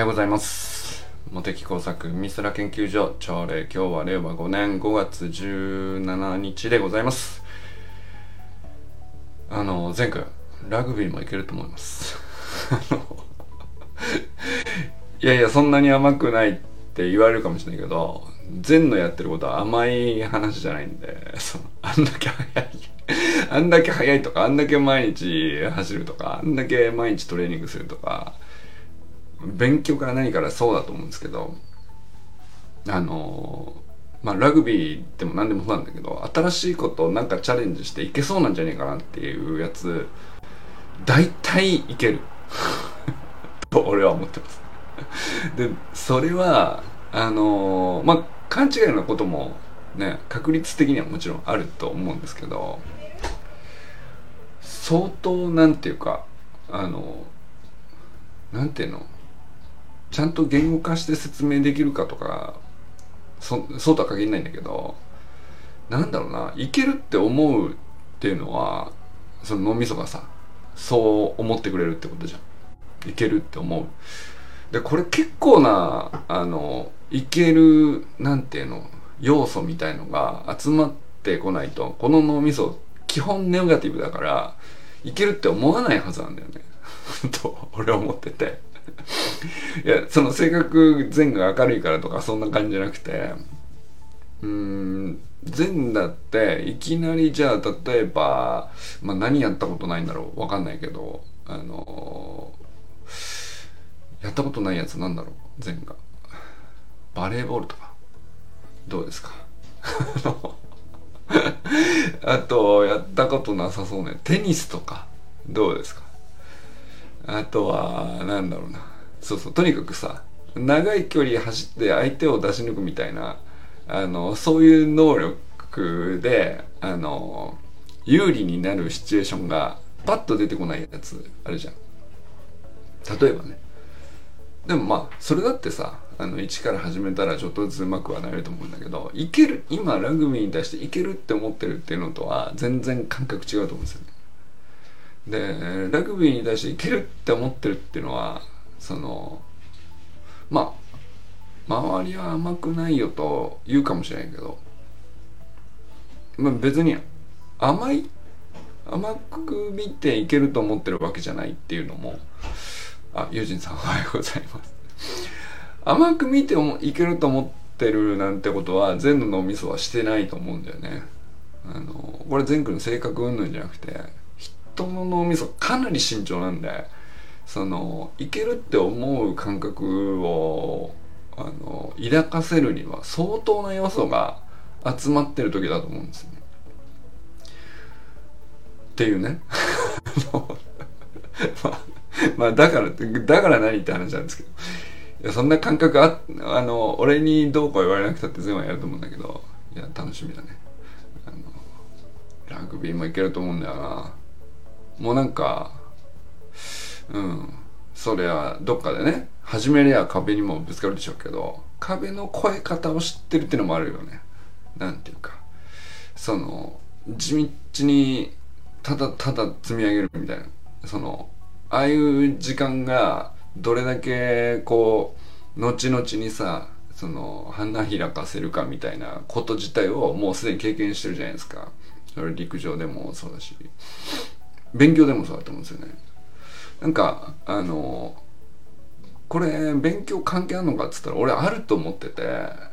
ようございます。茂木工作美空研究所朝礼、今日は令和5年5月17日でございます。前回ラグビーもいけると思いますいやいや、そんなに甘くないって言われるかもしれないけど、禅のやってることは甘い話じゃないんで、あんだけ速いあんだけ速いとか、あんだけ毎日走るとか、あんだけ毎日トレーニングするとか、勉強から何からそうだと思うんですけど、ラグビーでも何でもそうなんだけど、新しいことをなんかチャレンジしていけそうなんじゃねえかなっていうやつ、大体いけると俺は思ってますで、それは勘違いなこともね、確率的にはもちろんあると思うんですけど、相当なんていうか、なんていうの、ちゃんと言語化して説明できるかとか、そうとは限らないんだけど、なんだろうな、いけるって思うっていうのは、その脳みそがさ、そう思ってくれるってことじゃん。いけるって思う。で、これ結構ないける、なんていうの、要素みたいのが集まってこないと、この脳みそ、基本ネガティブだから、いけるって思わないはずなんだよね。と、俺は思ってて。いや、その性格善が明るいからとかそんな感じじゃなくて、善だっていきなり、じゃあ例えば、何やったことないんだろう、わかんないけど、やったことないやつなんだろう、善が。バレーボールとかどうですかあと、やったことなさそうね、テニスとかどうですか。あとはなんだろうな、とにかくさ、長い距離走って相手を出し抜くみたいな、そういう能力で有利になるシチュエーションがパッと出てこないやつあるじゃん。例えばね。でもそれだってさ、一から始めたらちょっとずつうまくはなれると思うんだけど、いける、今ラグビーに対していけるって思ってるっていうのとは全然感覚違うと思うんですよね。で、ラグビーに対していけるって思ってるっていうのは、周りは甘くないよと言うかもしれないけど、別に甘く見ていけると思ってるわけじゃないっていうのも、ユージンさんおはようございます。甘く見ていけると思ってるなんてことは善の脳みそはしてないと思うんだよね。これ善くんの性格云々じゃなくて、人の脳みそかなり慎重なんで、いけるって思う感覚を抱かせるには相当な要素が集まってる時だと思うんですよね。っていうねだから何って話なんですけど、いや、そんな感覚俺にどうこう言われなくたって全部やると思うんだけど、いや、楽しみだね。ラグビーもいけると思うんだよな。もうなんか、そりゃどっかでね、始めりゃ壁にもぶつかるでしょうけど、壁の越え方を知ってるっていうのもあるよね。なんていうか、地道にただただ積み上げるみたいな、ああいう時間がどれだけこう後々にさ、花開かせるかみたいなこと自体をもうすでに経験してるじゃないですか。それ陸上でもそうだし、勉強でもそうだと思うんですよね。なんかこれ勉強関係あるのかっつったら俺あると思ってて、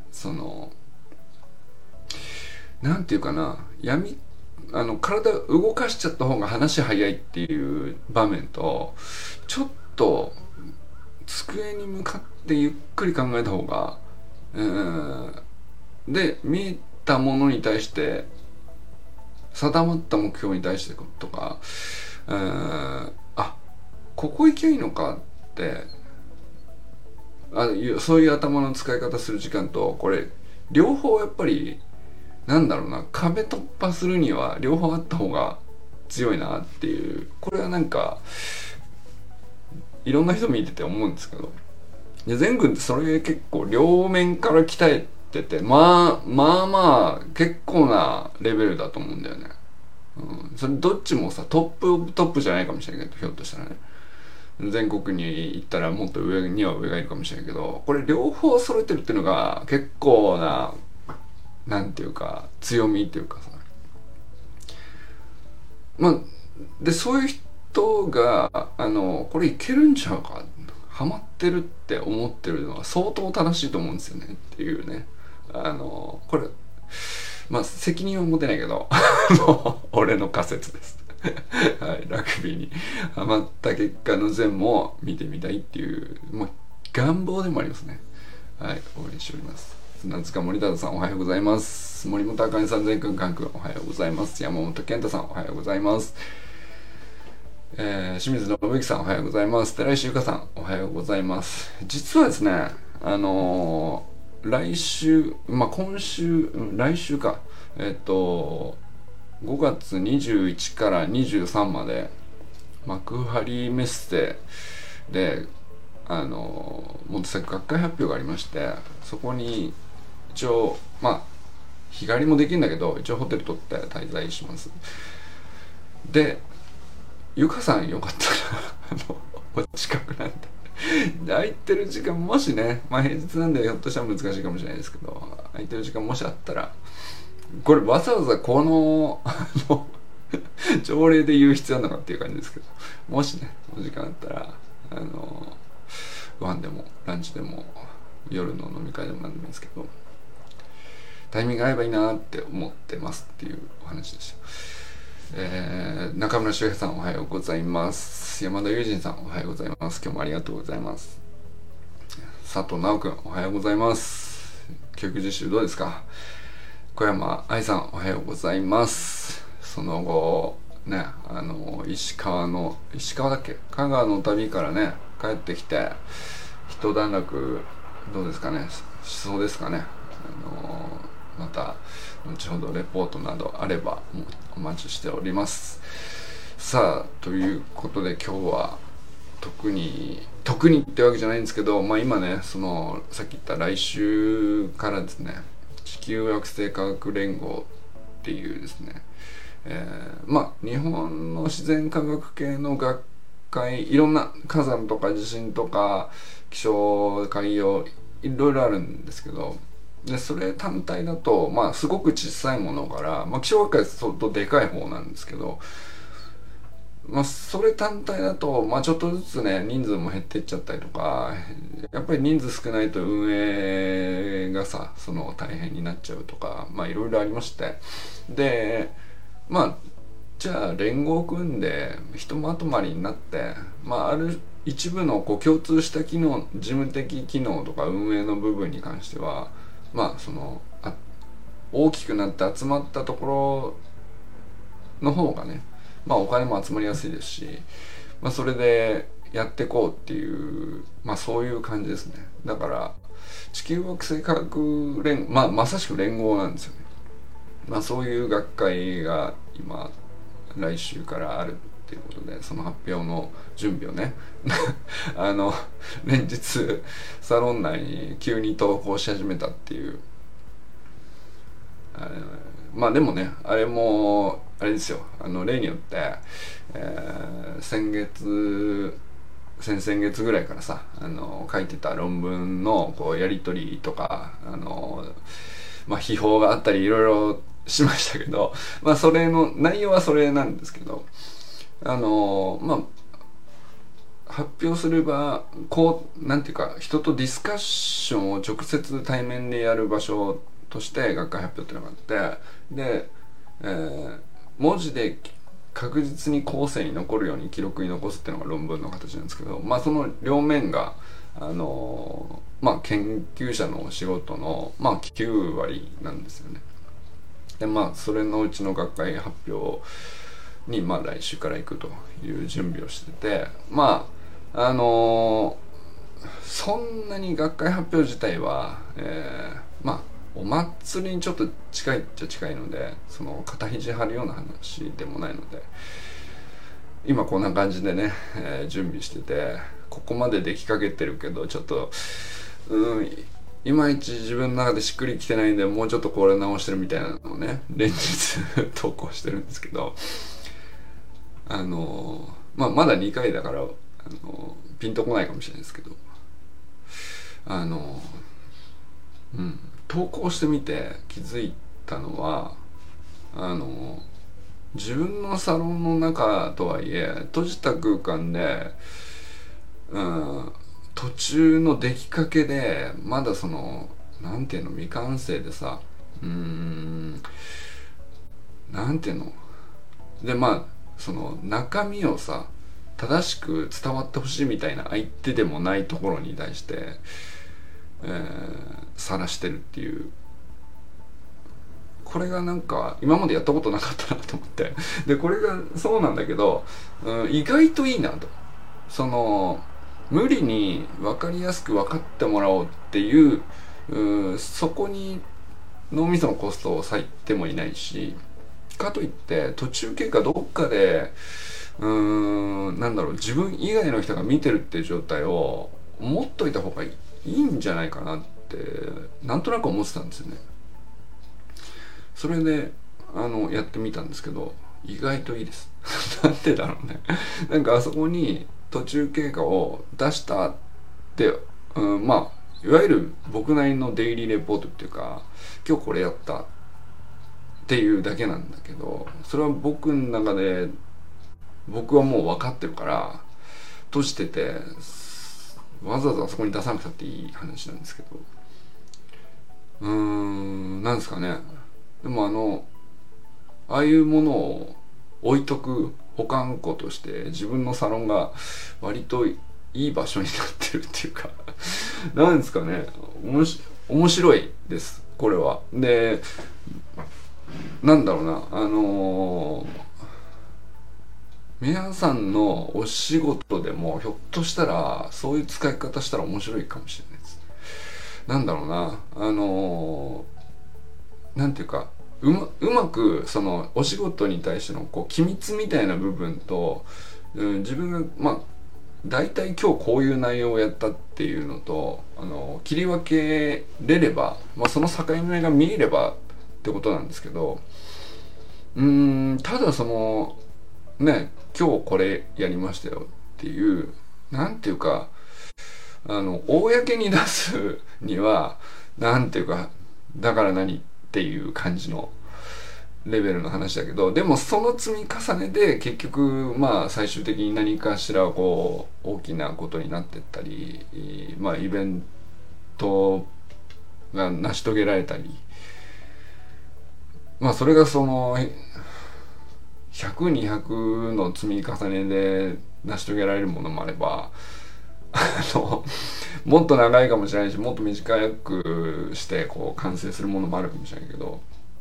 なんていうかな、体動かしちゃった方が話早いっていう場面と、ちょっと机に向かってゆっくり考えた方が、で見えたものに対して定まった目標に対してとか、ここ行きゃいいのかって、そういう頭の使い方する時間と、これ両方やっぱりなんだろうな、壁突破するには両方あった方が強いなっていう、これはなんかいろんな人見てて思うんですけど、善くんってそれ結構両面から鍛えてて、結構なレベルだと思うんだよね。それどっちもさ、トップじゃないかもしれないけど、ひょっとしたらね、 全国に行ったらもっと上には上がいるかもしれないけど、これ両方揃えてるっていうのが結構な、なんていうか強みっていうかさ、まあでそういう人がこれいけるんちゃうか、ハマってるって思ってるのは相当正しいと思うんですよねっていうね。これまあ責任は持てないけど俺の仮説ですはい、ラグビーにハマった結果の全も見てみたいっていうもう願望でもありますね。はい、応援しております。砂塚森田さんおはようございます。森本あかねさん、全くんかんくんおはようございます。山本健太さんおはようございます。清水信之さんおはようございます。寺石ゆかさんおはようございます。実はですね、来週、まあ今週、来週か、5月21から23まで幕張メッセでモテサク学会発表がありまして、そこに一応まあ日帰りもできるんだけど、一応ホテル取って滞在します。でゆかさんよかったらお近くなんで空いてる時間もしね、まあ平日なんでひょっとしたら難しいかもしれないですけど、空いてる時間もしあったら、これわざわざこの条例で言う必要なのかっていう感じですけど、もしねお時間あったらご飯でもランチでも夜の飲み会でも何でもいいんですけど、タイミング合えばいいなって思ってますっていうお話でした。中村修平さんおはようございます。山田友人さんおはようございます。今日もありがとうございます。佐藤直くんおはようございます。教育実習どうですか。小山愛さんおはようございます。その後ね、石川だっけ、香川の旅からね帰ってきて一段落どうですかね、しそうですかね。また後ほどレポートなどあればお待ちしております。さあということで今日は特にってわけじゃないんですけど、まあ今ねそのさっき言った来週からですね、地球惑星科学連合っていうですね、まあ日本の自然科学系の学会、いろんな火山とか地震とか気象海洋いろいろあるんですけど、でそれ単体だとまあすごく小さいものから、まあ、気象学会は相当でかい方なんですけど、まあそれ単体だとまあちょっとずつね人数も減っていっちゃったりとか、やっぱり人数少ないと運営がさその大変になっちゃうとか、まあいろいろありまして、でまあじゃあ連合を組んでひとまとまりになって、まあある一部のこう共通した機能、事務的機能とか運営の部分に関してはまあその大きくなって集まったところの方がね、まあお金も集まりやすいですし、まあそれでやっていこうっていう、まあそういう感じですね。だから地球惑星科学連合、まあまさしく連合なんですよね。まあそういう学会が今来週からあるっていうことで、その発表の準備をね連日サロン内に急に投稿し始めたっていう。まあでもねあれもあれですよ、例によって、先々月ぐらいからさ書いてた論文のこうやり取りとかまあ秘宝があったりいろいろしましたけど、まあそれの内容はそれなんですけど、まあ発表すればこうなんていうか人とディスカッションを直接対面でやる場所として学会発表っていうのがあって、で、文字で確実に後世に残るように記録に残すっていうのが論文の形なんですけど、まあその両面がまあ研究者の仕事のまあ9割なんですよね。でまあそれのうちの学会発表にまあ来週から行くという準備をしてて、まあそんなに学会発表自体は、まあお祭りにちょっと近いっちゃ近いので、その肩肘張るような話でもないので、今こんな感じでね、準備してて、ここまでできかけてるけどちょっといまいち自分の中でしっくりきてないんで、もうちょっとこれ直してるみたいなのをね連日投稿してるんですけど、まあまだ2回だからピンとこないかもしれないですけど、投稿してみて気づいたのは、自分のサロンの中とはいえ閉じた空間で、途中の出来かけでまだそのなんていうの、未完成でさ、なんていうので、まあその中身をさ正しく伝わってほしいみたいな相手でもないところに対して、晒してるっていう、これがなんか今までやったことなかったなと思って、でこれがそうなんだけど、意外といいなと、その無理に分かりやすく分かってもらおうっていう、そこに脳みそのコストを割いてもいないし、かといって途中経過どっかでなんだろう、自分以外の人が見てるっていう状態を持っといた方がいいんじゃないかなってなんとなく思ってたんですよね。それでやってみたんですけど、意外といいですなんでだろうね、なんかあそこに途中経過を出したって、まあいわゆる僕なりのデイリーレポートっていうか、今日これやったっていうだけなんだけど、それは僕の中で僕はもう分かってるから閉じてて、わざわざそこに出さなくたっていい話なんですけど、なんですかね、でもああいうものを置いとく保管庫として自分のサロンが割といい場所になってるっていうかなんですかね、面白いですこれは。でなんだろうな、皆さんのお仕事でもひょっとしたらそういう使い方したら面白いかもしれないです。なんだろうな、なんていうか、うまくそのお仕事に対してのこう機密みたいな部分と、自分がまあ大体今日こういう内容をやったっていうのと切り分けれれば、まあ、その境目が見えればってことなんですけど、ただそのね、今日これやりましたよっていうなんていうか、公に出すにはなんていうか、だから何っていう感じのレベルの話だけど、でもその積み重ねで結局まあ最終的に何かしらこう大きなことになってったり、まあイベントが成し遂げられたり、まあそれがその100、200の積み重ねで成し遂げられるものもあればもっと長いかもしれないし、もっと短くしてこう完成するものもあるかもしれないけど、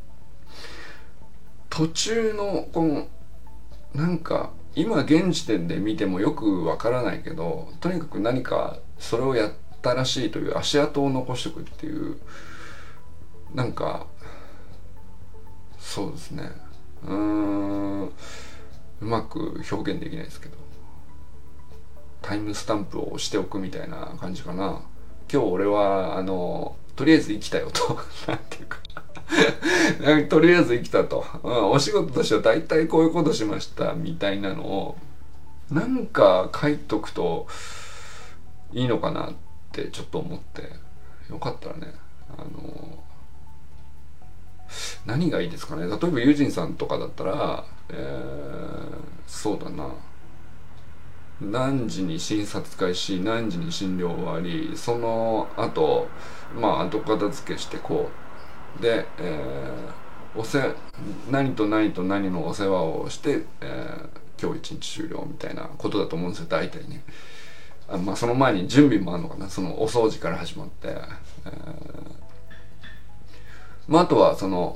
途中のこのなんか今現時点で見てもよくわからないけど、とにかく何かそれをやったらしいという足跡を残しておくっていう、なんかそうですね、うまく表現できないですけど、タイムスタンプを押しておくみたいな感じかな。今日俺はとりあえず生きたよとなんていうかとりあえず生きたと、お仕事としては大体こういうことしましたみたいなのをなんか書いとくといいのかなってちょっと思って、よかったらね、何がいいですかね。例えばユジンさんとかだったら、そうだな、何時に診察開始、何時に診療終わり、その後まあ後片付けしてこうで、何と何と何のお世話をして、今日一日終了みたいなことだと思うんですよ大体ね。まあその前に準備もあるのかな、そのお掃除から始まって、まああとはその、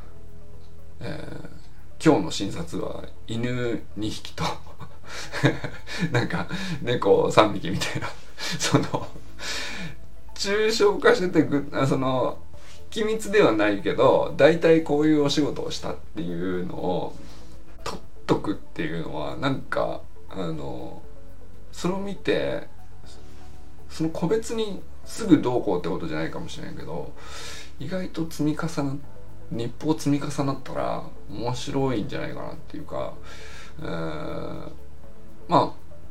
今日の診察は犬2匹となんか猫3匹みたいなその抽象化しててその機密ではないけど大体こういうお仕事をしたっていうのを取っとくっていうのはなんかそれを見て、その個別にすぐどうこうってことじゃないかもしれないけど、意外と日報積み重なったら面白いんじゃないかなっていうか、まあ面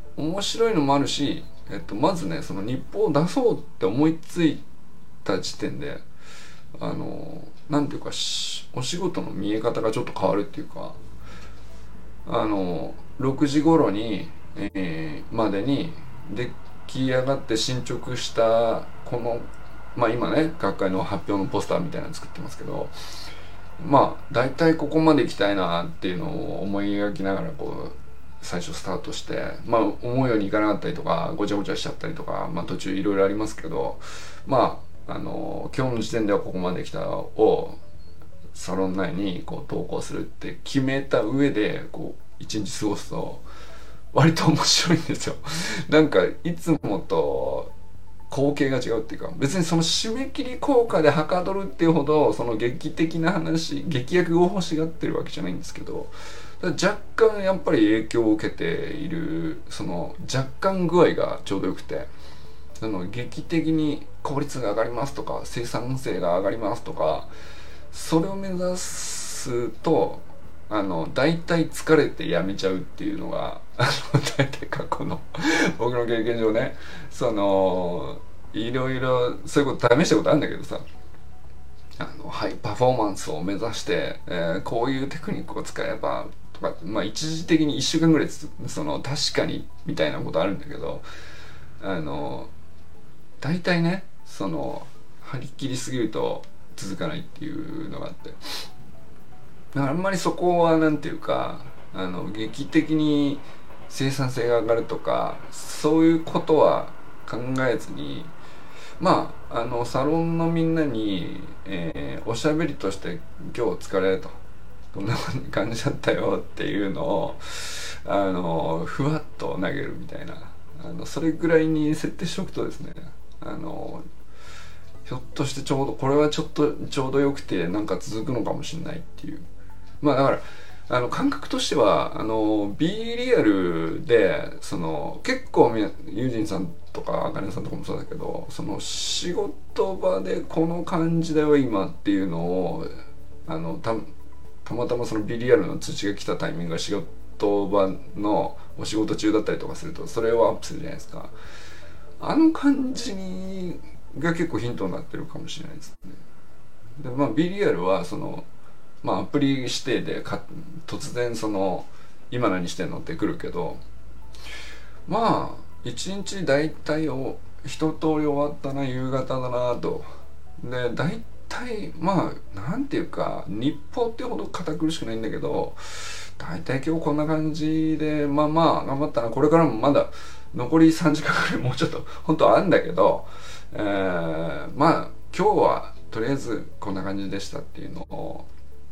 白いのもあるし、まずねその日報を出そうって思いついた時点でなんていうかお仕事の見え方がちょっと変わるっていうか、6時頃に、までに出来上がって進捗したこの、まあ今ね学会の発表のポスターみたいなの作ってますけど、まあ大体ここまで行きたいなっていうのを思い描きながらこう最初スタートして、まあ思うようにいかなかったりとかごちゃごちゃしちゃったりとか、まあ途中いろいろありますけど、まあ今日の時点ではここまで来たをサロン内にこう投稿するって決めた上でこう一日過ごすと割と面白いんですよ。なんかいつもと光景が違うっていうか、別にその締め切り効果ではかどるっていうほどその劇的な話劇薬を欲しがってるわけじゃないんですけど、若干やっぱり影響を受けているその若干具合がちょうどよくて、その劇的に効率が上がりますとか生産性が上がりますとか、それを目指すと大体疲れてやめちゃうっていうのが大体過去の僕の経験上ね、いろいろそういうこと試したことあるんだけどさ、ハイパフォーマンスを目指して、こういうテクニックを使えばとか、まあ一時的に1週間ぐらい確かにみたいなことあるんだけど、大体ね張り切りすぎると続かないっていうのがあって、だからあんまりそこはなんていうか劇的に生産性が上がるとかそういうことは考えずに、まあサロンのみんなに、おしゃべりとして今日お疲れとこんな感じだったよっていうのをふわっと投げるみたいなそれぐらいに設定しておくとですね、ひょっとしてこれはちょうどよくてなんか続くのかもしれないっていう、まあだから感覚としてはB リアルで結構ユージンさんとかあかねさんとかもそうだけど、仕事場でこの感じだよ今っていうのをたまたまB リアルの通知が来たタイミングが仕事場のお仕事中だったりとかするとそれをアップするじゃないですか。あの感じが結構ヒントになってるかもしれないですね。でまあ B リアルはまあアプリ指定で突然今何してんのって来るけど、まあ一日大体一通り終わったな夕方だなと。で大体まあなんていうか日報ってほど堅苦しくないんだけど、大体今日こんな感じでまあまあ頑張ったな、これからもまだ残り3時間くらいもうちょっと本当はあるんだけど、まあ今日はとりあえずこんな感じでしたっていうのを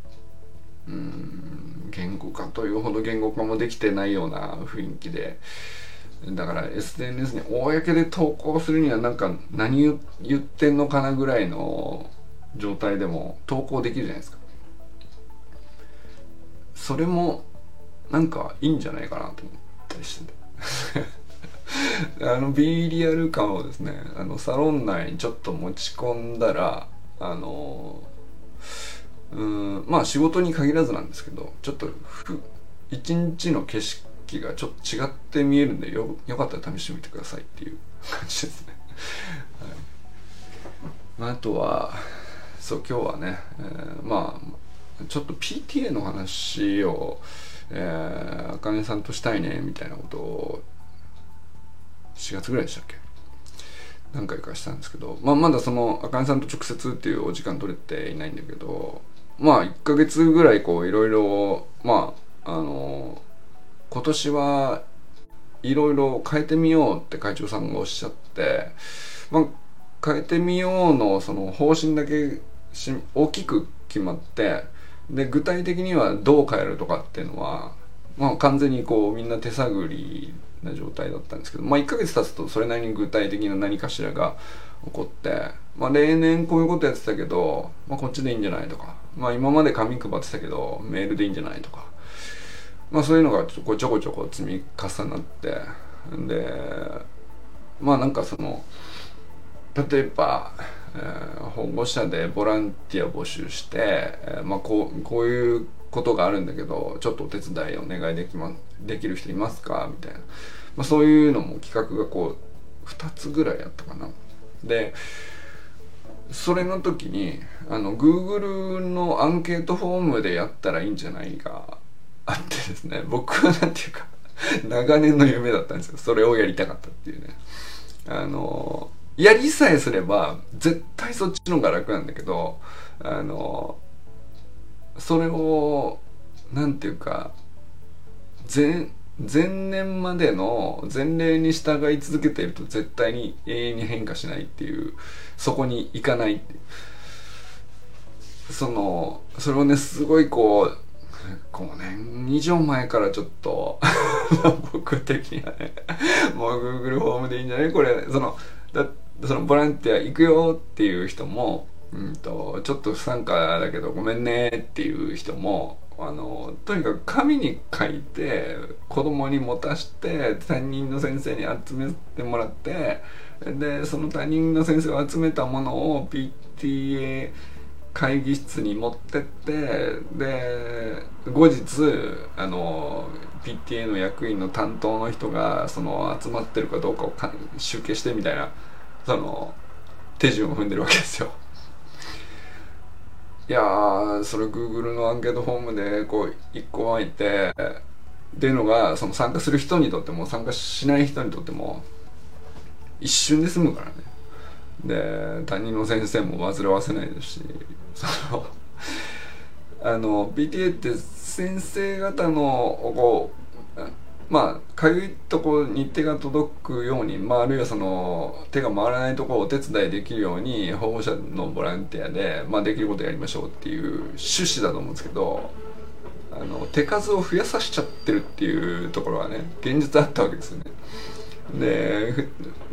言語化というほど言語化もできてないような雰囲気で、だから SNS に公で投稿するにはなんか何言ってんのかなぐらいの状態でも投稿できるじゃないですか。それもなんかいいんじゃないかなと思ったりしててB リアル感をですねサロン内にちょっと持ち込んだらまあ仕事に限らずなんですけど、ちょっと一日の景色がちょっと違って見えるんでよかったら試してみてくださいっていう感じですね。はい、まあ、あとは今日はね、まあちょっと PTA の話をあかねさんとしたいねみたいなことを4月ぐらいでしたっけ何回かしたんですけど、まあまだあかねさんと直接っていうお時間取れていないんだけど、まあ1ヶ月ぐらいいろいろまあ今年はいろいろ変えてみようって会長さんがおっしゃって、まあ変えてみようの方針だけ大きく決まって、で具体的にはどう変えるとかっていうのはまあ完全にみんな手探りな状態だったんですけど、まあ1ヶ月経つとそれなりに具体的な何かしらが起こって、まあ例年こういうことやってたけど、まあこっちでいいんじゃないとか、まあ今まで紙配ってたけどメールでいいんじゃないとか、まあそういうのがちょこちょこ積み重なって、でまあなんか例えば、保護者でボランティア募集して、まあこういうことがあるんだけどちょっとお手伝いお願いできる人いますかみたいな、 そういうのも企画がこう2つぐらいあったかな。でそれの時にGoogle のアンケートフォームでやったらいいんじゃないかあってですね、僕はなんていうか長年の夢だったんですよ。それをやりたかったっていうね。やりさえすれば絶対そっちの方が楽なんだけど、それをなんていうか前年までの前例に従い続けていると絶対に永遠に変化しないっていう、そこに行かないっていう、それをねすごいこう5年以上前からちょっと僕的にはね、もう Google ホームでいいんじゃないこれ、そのボランティア行くよっていう人も、ちょっと不参加だけどごめんねっていう人も、とにかく紙に書いて子供に持たして担任の先生に集めてもらって、でその担任の先生が集めたものを PTA 会議室に持ってって、で後日PTA の役員の担当の人がその集まってるかどうかを集計してみたいな、その手順を踏んでるわけですよ。いやー、それ Google のアンケートフォームでこう1個巻いてっていうのが、その参加する人にとっても参加しない人にとっても一瞬で済むからね。で担任の先生も煩わせないですし、PTA って先生方のこうかゆいとこに手が届くように、あるいはその手が回らないところをお手伝いできるように保護者のボランティアで、できることやりましょうっていう趣旨だと思うんですけど、手数を増やさせちゃってるっていうところはね現実あったわけですよね。で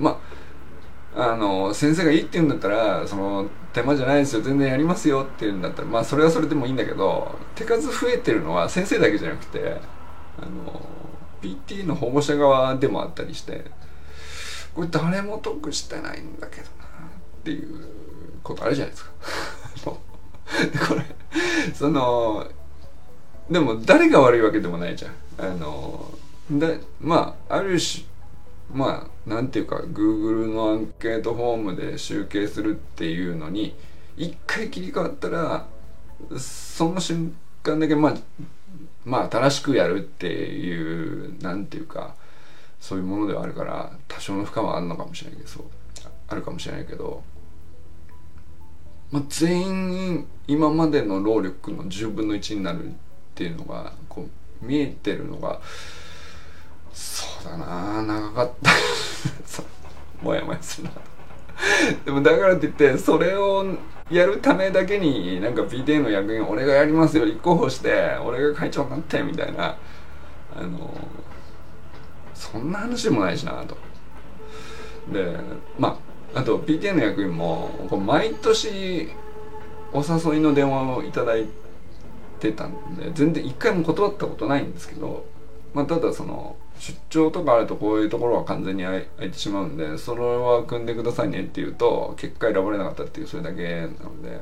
先生がいいって言うんだったら、その手間じゃないですよ全然やりますよって言うんだったらそれはそれでもいいんだけど、手数増えてるのは先生だけじゃなくてPT の保護者側でもあったりして、これ誰も得してないんだけどなっていうことあるじゃないですかこれでも誰が悪いわけでもないじゃん。ある種なんていうか Google のアンケートフォームで集計するっていうのに一回切り替わったら、その瞬間だけ正しくやるっていうなんていうかそういうものではあるから、多少の負荷はあるのかもしれないけど、あるかもしれないけど、全員今までの労力の10分の1になるっていうのがこう見えてるのが、そうだな、長かったもやもやするなでもだからって言ってそれをやるためだけになんか PTA の役員俺がやりますよ立候補して俺が会長になってみたいな、そんな話でもないしなと。であと PTA の役員も毎年お誘いの電話をいただいてたんで全然一回も断ったことないんですけど、ただその出張とかあるとこういうところは完全に空いてしまうんで、それは組んでくださいねって言うと結果選ばれなかったっていう、それだけなので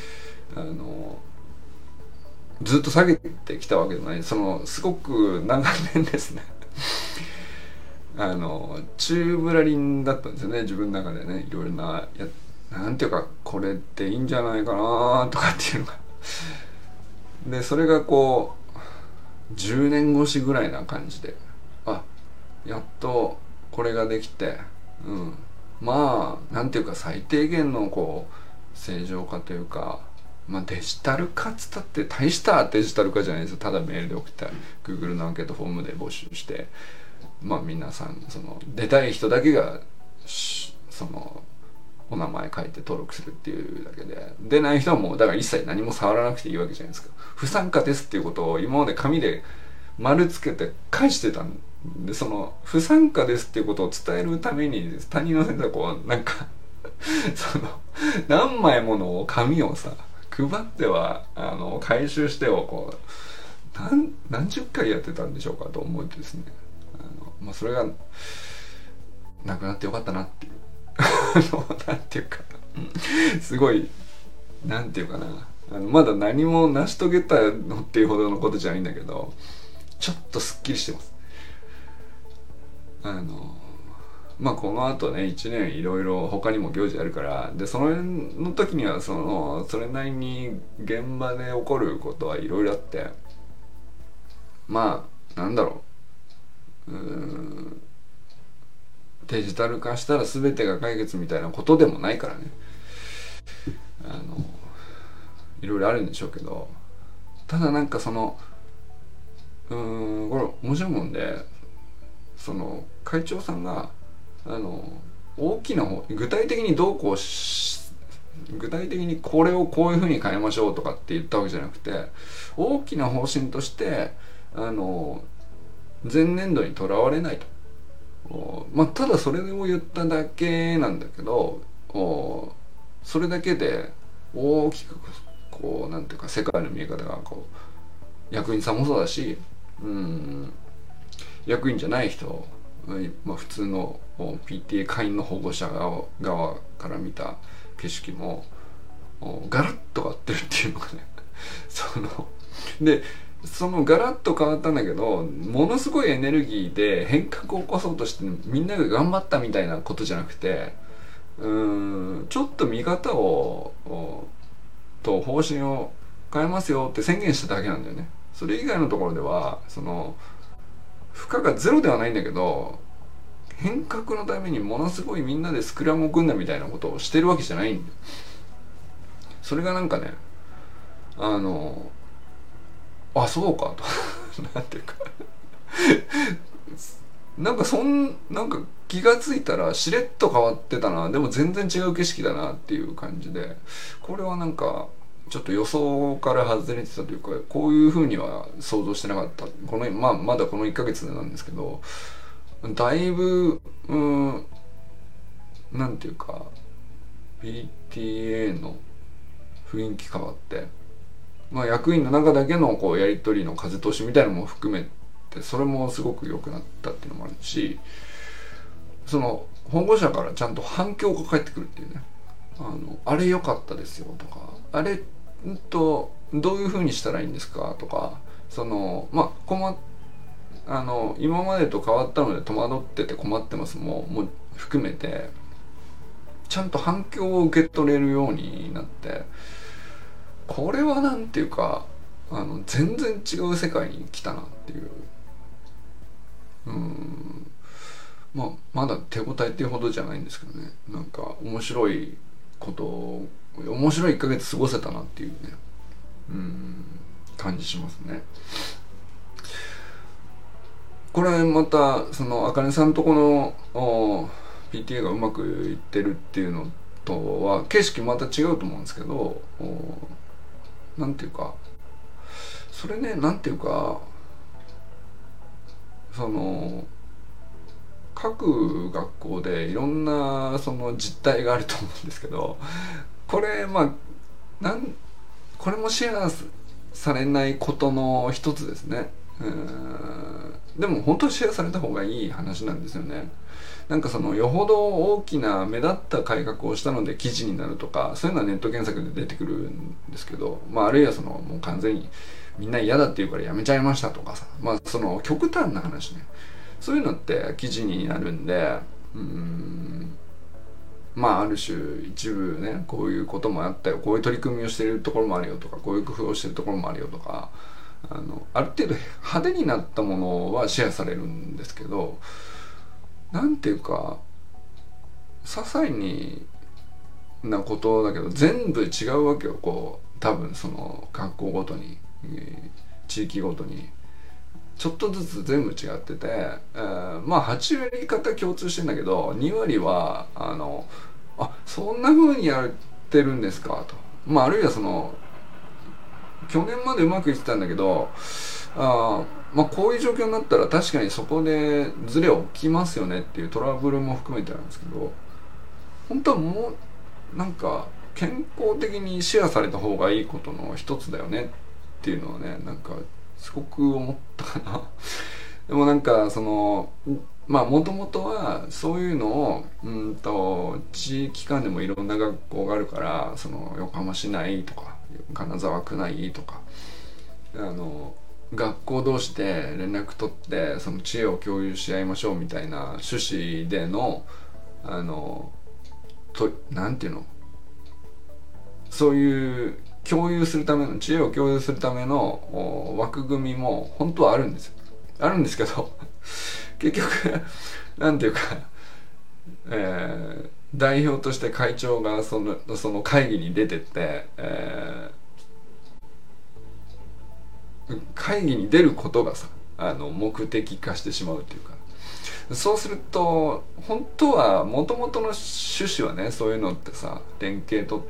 ずっと下げてきたわけじゃない。すごく長年ですね宙ぶらりんだったんですよね、自分の中でね。いろいろなんていうかこれっていいんじゃないかなとかっていうのがでそれがこう10年越しぐらいな感じで、やっとこれができて、なんていうか最低限のこう正常化というか、デジタル化っつったって大したデジタル化じゃないですよ。ただメールで送った Google のアンケートフォームで募集して、皆さんその出たい人だけがそのお名前書いて登録するっていうだけで、出ない人はもうだから一切何も触らなくていいわけじゃないですか。不参加ですっていうことを今まで紙で丸つけて返してたんで、その不参加ですっていうことを伝えるために担任の先生はこうなんかその何枚もの紙をさ配っては回収してをこう何十回やってたんでしょうかと思うとですね、それがなくなってよかったなっていうなんていうかすごいなんていうかな、まだ何も成し遂げたのっていうほどのことじゃないんだけど、ちょっとすっきりしてます。 この後ね1年いろいろ他にも行事あるから、でその時にはそれなりに現場で起こることはいろいろあって、なんだろう、デジタル化したら全てが解決みたいなことでもないからね、いろいろあるんでしょうけど、ただなんかこれ面白いもんで、会長さんが大きな具体的に具体的にこれをこういうふうに変えましょうとかって言ったわけじゃなくて、大きな方針として前年度にとらわれないと、ただそれを言っただけなんだけど、それだけで大きくなんていうか世界の見え方が役員さんもそうだし、役員じゃない人、普通の PTA 会員の保護者側から見た景色もガラッと変わってるっていうのがねでそのガラッと変わったんだけど、ものすごいエネルギーで変革を起こそうとしてみんなが頑張ったみたいなことじゃなくて、ちょっと見方をと方針を変えますよって宣言しただけなんだよね。それ以外のところでは負荷がゼロではないんだけど、変革のためにものすごいみんなでスクラムを組んだみたいなことをしてるわけじゃないんだよ。それがなんかね、そうかとなんていうかなんか気がついたらしれっと変わってたな、でも全然違う景色だなっていう感じで、これはなんかちょっと予想から外れてたというか、こういうふうには想像してなかった。まだこの1ヶ月なんですけど、だいぶなんていうか PTA の雰囲気変わって、役員の中だけのやり取りの風通しみたいなのも含めて、それもすごく良くなったっていうのもあるし、保護者からちゃんと反響が返ってくるっていうね、あれ良かったですよとか、あれどういう風にしたらいいんですかとか、今までと変わったので戸惑ってて困ってますも含めて、ちゃんと反響を受け取れるようになって、これはなんていうか全然違う世界に来たなっていう、まだ手応えっていうほどじゃないんですけどね、なんか面白い1ヶ月過ごせたなっていうね、感じしますね。これまたあかねさんとこのPTA がうまくいってるっていうのとは景色また違うと思うんですけど、なんていうかそれね、なんていうか各学校でいろんな実態があると思うんですけど、これこれもシェアされないことの一つですね。でも本当にシェアされた方がいい話なんですよね。なんかよほど大きな目立った改革をしたので記事になるとか、そういうのはネット検索で出てくるんですけど、あるいはもう完全にみんな嫌だって言うからやめちゃいましたとかさ、極端な話ね、そういうのって記事になるんで、ある種一部ね、こういうこともあったよ、こういう取り組みをしているところもあるよとか、こういう工夫をしているところもあるよとか、ある程度派手になったものはシェアされるんですけど、なんていうか些細なことだけど全部違うわけよ。多分学校ごとに、地域ごとにちょっとずつ全部違ってて、8割方共通してんだけど、2割はそんな風にやってるんですかと、あるいは去年までうまくいってたんだけど、こういう状況になったら確かにそこでズレ起きますよねっていうトラブルも含めてなんですけど、本当はもうなんか健康的にシェアされた方がいいことの一つだよねっていうのはね、なんかすごく思ったかな。でもなんかもともとはそういうのを地域間でもいろんな学校があるから、横浜市内とか金沢区内とか学校同士で連絡取ってその知恵を共有し合いましょうみたいな趣旨でのなんていうの、そういう共有するための知恵を共有するための枠組みも本当はあるんですよ。あるんですけど結局なんていうか、代表として会長がその会議に出てって、会議に出ることがさ目的化してしまうっていうか、そうすると本当は元々の趣旨はね、そういうのってさ連携取って、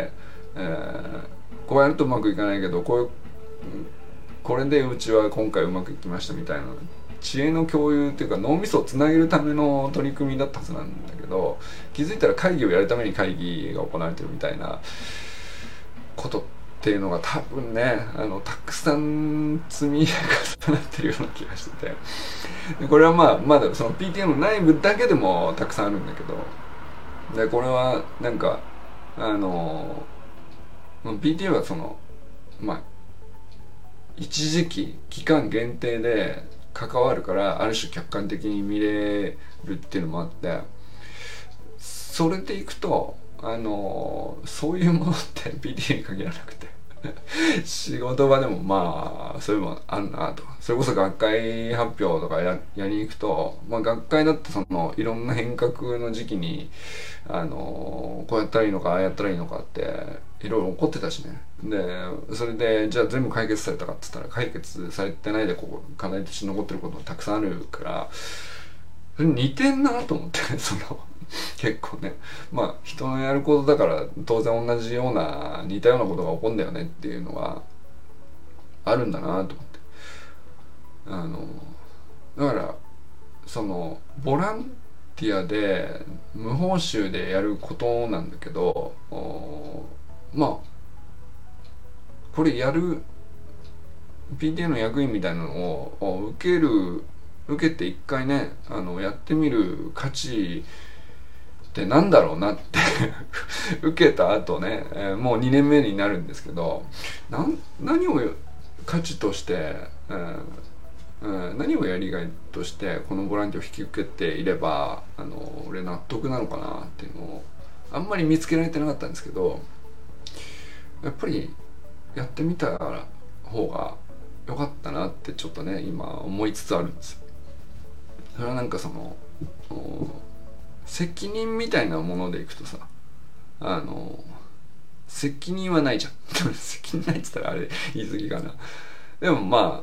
こうやるとうまくいかないけどこれでうちは今回うまくいきましたみたいな知恵の共有っていうか脳みそをつなげるための取り組みだったはずなんだけど、気づいたら会議をやるために会議が行われてるみたいなことっていうのが多分ねたくさん積み重なってるような気がしてて、でこれはまだその PTA の内部だけでもたくさんあるんだけど、でこれはなんかPTA はその一時期間限定で関わるからある種客観的に見れるっていうのもあって、それでいくとそういうものって PTA に限らなくて仕事場でもそういうのもあるなと。それこそ学会発表とかやりに行くと、学会だってそのいろんな変革の時期にこうやったらいいのかああやったらいいのかっていろいろ起こってたしね。でそれでじゃあ全部解決されたかって言ったら解決されてないで課題として残ってることもたくさんあるから、それ似てんなと思って結構ね、人のやることだから当然同じような似たようなことが起こるんだよねっていうのがあるんだなと思って、だからそのボランティアで無報酬でやることなんだけど、これやる PTA の役員みたいなのを受けて一回ねやってみる価値ってなんだろうなって受けた後ね、もう2年目になるんですけど、何を価値として、何をやりがいとしてこのボランティアを引き受けていれば俺納得なのかなっていうのをあんまり見つけられてなかったんですけど、やっぱりやってみた方が良かったなってちょっとね今思いつつあるんですよ。それはなんかその責任みたいなものでいくとさ責任はないじゃん責任ないっつったらあれ言い過ぎかな。でも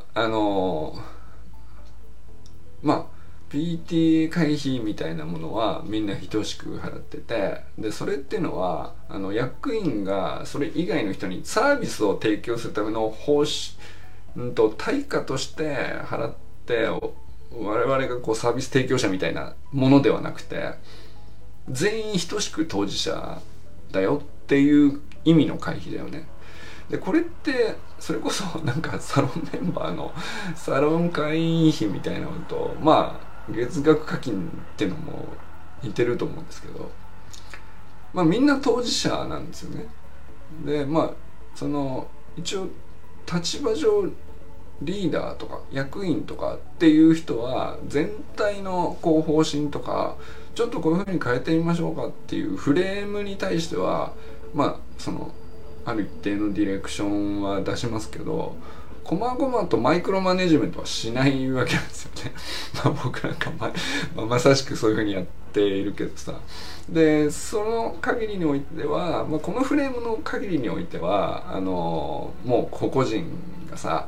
PTA 会費みたいなものはみんな等しく払ってて、でそれっていうのは役員がそれ以外の人にサービスを提供するための対価として払って我々がこうサービス提供者みたいなものではなくて、全員等しく当事者だよっていう意味の会費だよね。でこれってそれこそなんかサロンメンバーのサロン会員費みたいなのと月額課金っていうのも似てると思うんですけど、みんな当事者なんですよね。でその一応立場上リーダーとか役員とかっていう人は全体のこう方針とかちょっとこういう風に変えてみましょうかっていうフレームに対してはそのある一定のディレクションは出しますけど、細々とマイクロマネジメントはしないわけなんですよね僕なんかまさしくそういう風にやっているけどさ。でその限りにおいては、このフレームの限りにおいてはもう個々人がさ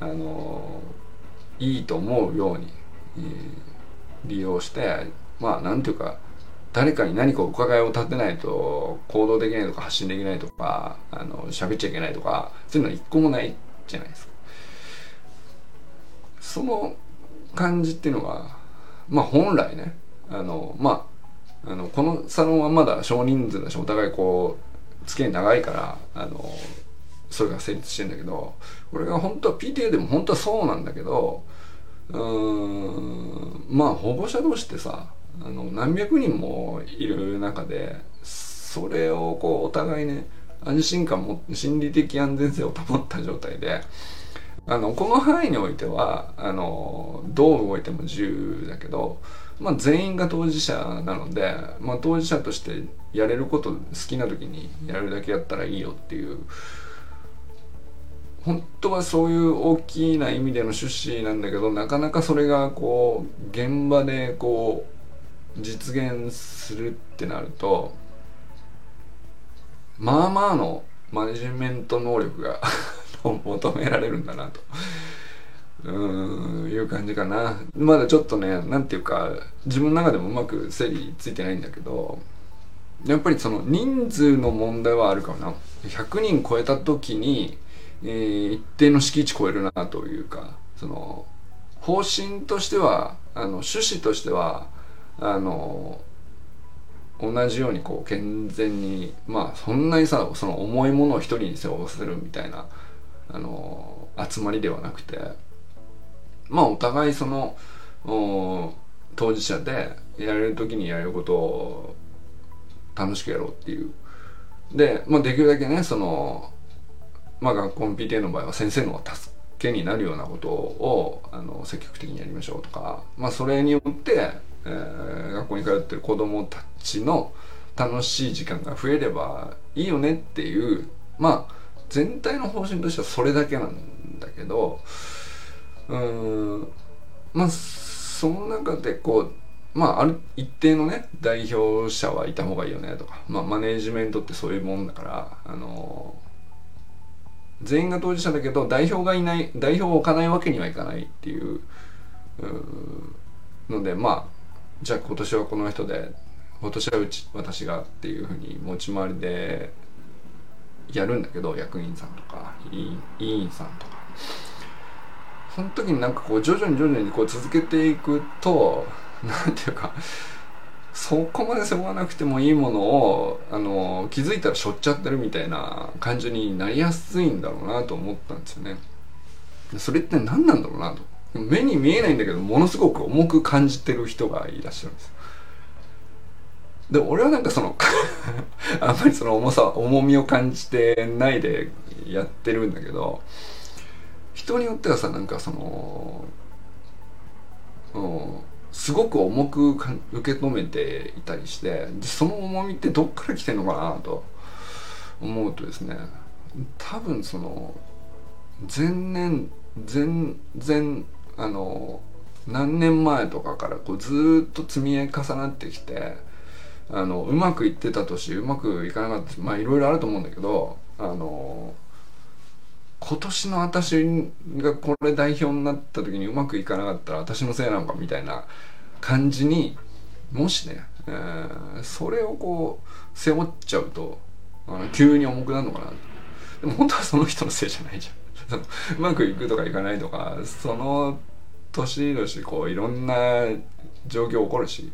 いいと思うように、利用してなんていうか誰かに何かお伺いを立てないと行動できないとか発信できないとか喋っちゃいけないとかそういうのは一個もないじゃないですか。その感じっていうのが本来ねこのサロンはまだ少人数だしお互いこう付き合い長いからそれが成立してんだけど、これが本当は PTA でも本当はそうなんだけど保護者同士ってさ何百人もいる中でそれをこうお互いね安心感も心理的安全性を保った状態でこの範囲においてはどう動いても自由だけど、全員が当事者なので、当事者としてやれること好きな時にやるだけやったらいいよっていう、本当はそういう大きな意味での趣旨なんだけど、なかなかそれがこう現場でこう実現するってなると、まあまあのマネジメント能力が求められるんだなという感じかな。まだちょっとね、なんていうか自分の中でもうまく整理ついてないんだけど、やっぱりその人数の問題はあるかもな。100人超えた時に、一定の敷地超えるなというか、その方針としては趣旨としては同じようにこう健全に、そんなにさ、その重いものを一人に背負わせるみたいな集まりではなくて、お互いその当事者でやれる時にやれることを楽しくやろうっていう。で、できるだけね、その学校の PTA の場合は先生の助けになるようなことを積極的にやりましょうとか、それによって、学校に通ってる子どもたちの楽しい時間が増えればいいよねっていう、全体の方針としてはそれだけなんだけど、その中でこうある一定のね代表者はいた方がいいよねとか、マネージメントってそういうもんだから、全員が当事者だけど代表がいない、代表を置かないわけにはいかないっていうので、じゃあ今年はこの人で、今年は私がっていうふうに持ち回りでやるんだけど、役員さんとか委員さんとか、その時になんかこう徐々にこう続けていくと、なんていうか、そこまで背負わなくてもいいものを気づいたら背負っちゃってるみたいな感じになりやすいんだろうなと思ったんですよね。それって何なんだろうなと。目に見えないんだけどものすごく重く感じてる人がいらっしゃるんです。で俺はなんかそのあんまりその重みを感じてないでやってるんだけど、人によってはさ、なんかそのすごく重く受け止めていたりして、その重みってどっから来てんのかなと思うとですね、多分その全然何年前とかからこうずっと積み重なってきて、うまくいってた年、うまくいかなかった、いろいろあると思うんだけど、今年の私がこれ代表になった時にうまくいかなかったら私のせいなのかみたいな感じに、もしね、それをこう背負っちゃうと急に重くなるのかな。でも本当はその人のせいじゃないじゃんうまくいくとかいかないとか、その年々こういろんな状況起こるし、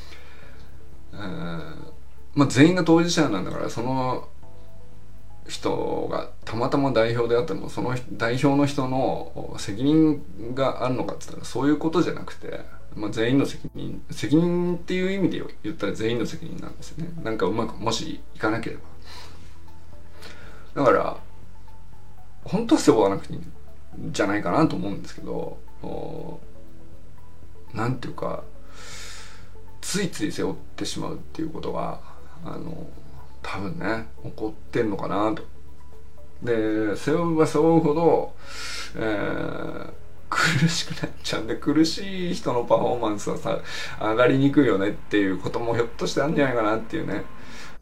全員が当事者なんだから、その人がたまたま代表であってもその代表の人の責任があるのかって言ったらそういうことじゃなくて、全員の責任っていう意味で言ったら全員の責任なんですよね。なんかうまくもしいかなければ、だから本当は背負わなくていいんじゃないかなと思うんですけど、なんていうかついつい背負ってしまうっていうことが多分ね起こってんのかなと。で背負えば背負うほど、苦しくなっちゃうんで、苦しい人のパフォーマンスはさ上がりにくいよねっていうこともひょっとしてあるんじゃないかなっていうね。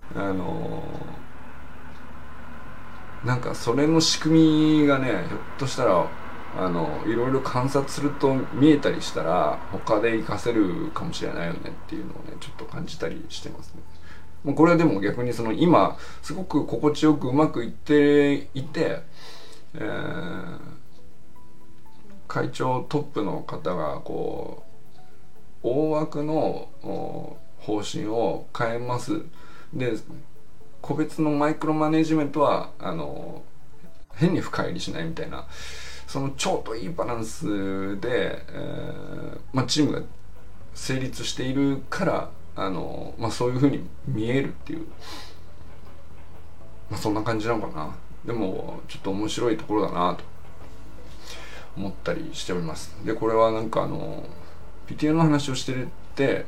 なんかそれの仕組みがね、ひょっとしたらいろいろ観察すると見えたりしたら他で活かせるかもしれないよねっていうのをねちょっと感じたりしてますね。これはでも逆にその今すごく心地よくうまくいっていて、会長トップの方がこう大枠の方針を変えます。で個別のマイクロマネジメントは変に深入りしないみたいな、そのちょうどいいバランスで、チームが成立しているからそういう風に見えるっていう、そんな感じなのかな。でもちょっと面白いところだなと思ったりしております。でこれはなんかPTA の話をしてるって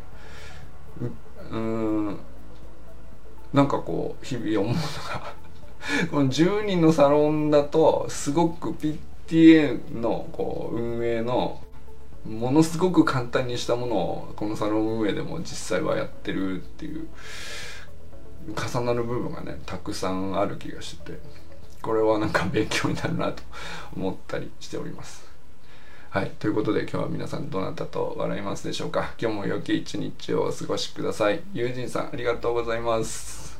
なんかこう日々思うのがこの10人のサロンだとすごく PTA のこう運営のものすごく簡単にしたものをこのサロン運営でも実際はやってるっていう重なる部分がねたくさんある気がしてて、これはなんか勉強になるなと思ったりしております。はい、ということで今日は皆さんどなたと笑いますでしょうか。今日も良き一日をお過ごしください。友人さんありがとうございます。